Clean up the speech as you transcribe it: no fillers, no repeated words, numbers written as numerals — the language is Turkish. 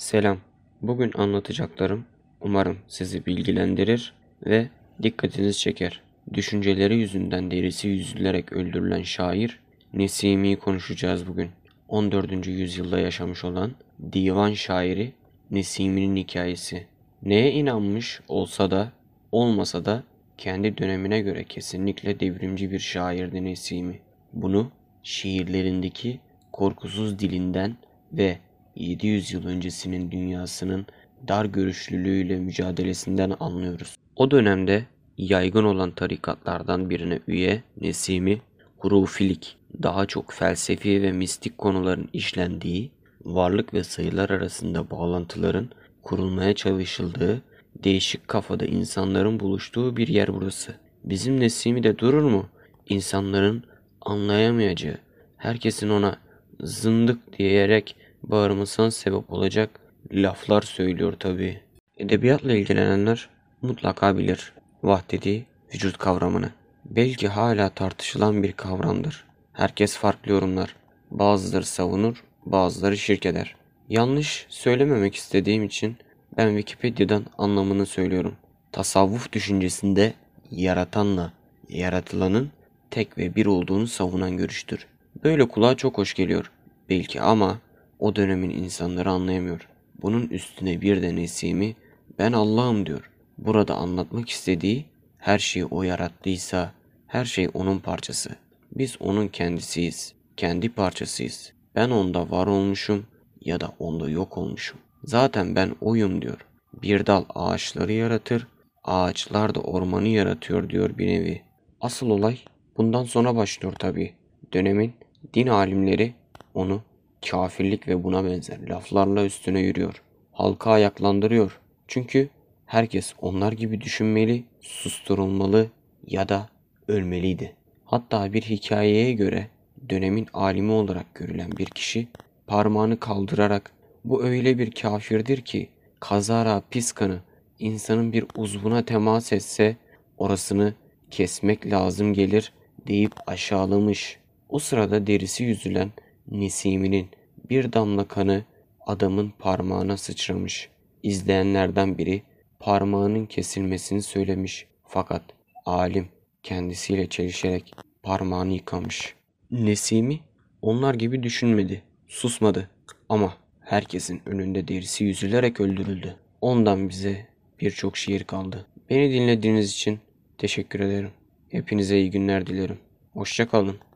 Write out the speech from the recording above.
Selam. Bugün anlatacaklarım umarım sizi bilgilendirir ve dikkatinizi çeker. Düşünceleri yüzünden derisi yüzülerek öldürülen şair Nesimi'yi konuşacağız bugün. 14. yüzyılda yaşamış olan divan şairi Nesimi'nin hikayesi. Neye inanmış olsa da olmasa da kendi dönemine göre kesinlikle devrimci bir şairdi Nesimi. Bunu şiirlerindeki korkusuz dilinden ve 700 yıl öncesinin dünyasının dar görüşlülüğüyle mücadelesinden anlıyoruz. O dönemde yaygın olan tarikatlardan birine üye Nesimi, hurufilik, daha çok felsefi ve mistik konuların işlendiği, varlık ve sayılar arasında bağlantıların kurulmaya çalışıldığı, değişik kafada insanların buluştuğu bir yer burası. Bizim Nesimi de durur mu? İnsanların anlayamayacağı, herkesin ona zındık diyerek bağırmasına sebep olacak laflar söylüyor tabii. Edebiyatla ilgilenenler mutlaka bilir vahdeti vücut kavramını. Belki hala tartışılan bir kavramdır. Herkes farklı yorumlar. Bazıları savunur, bazıları şirk eder. Yanlış söylememek istediğim için ben Wikipedia'dan anlamını söylüyorum. Tasavvuf düşüncesinde yaratanla yaratılanın tek ve bir olduğunu savunan görüştür. Böyle kulağa çok hoş geliyor belki ama o dönemin insanları anlayamıyor. Bunun üstüne bir de Nesimi ben Allah'ım diyor. Burada anlatmak istediği her şeyi o yarattıysa her şey onun parçası. Biz onun kendisiyiz. Kendi parçasıyız. Ben onda var olmuşum ya da onda yok olmuşum. Zaten ben oyum diyor. Bir dal ağaçları yaratır, ağaçlar da ormanı yaratıyor diyor bir nevi. Asıl olay bundan sonra başlıyor tabii. Dönemin din alimleri onu kafirlik ve buna benzer laflarla üstüne yürüyor. Halka ayaklandırıyor. Çünkü herkes onlar gibi düşünmeli, susturulmalı ya da ölmeliydi. Hatta bir hikayeye göre dönemin alimi olarak görülen bir kişi parmağını kaldırarak bu öyle bir kafirdir ki kazara piskanı insanın bir uzvuna temas etse orasını kesmek lazım gelir deyip aşağılamış. O sırada derisi yüzülen Nesimi'nin bir damla kanı adamın parmağına sıçramış. İzleyenlerden biri parmağının kesilmesini söylemiş. Fakat alim kendisiyle çelişerek parmağını yıkamış. Nesimi onlar gibi düşünmedi, susmadı ama herkesin önünde derisi yüzülerek öldürüldü. Ondan bize birçok şiir kaldı. Beni dinlediğiniz için teşekkür ederim. Hepinize iyi günler dilerim. Hoşça kalın.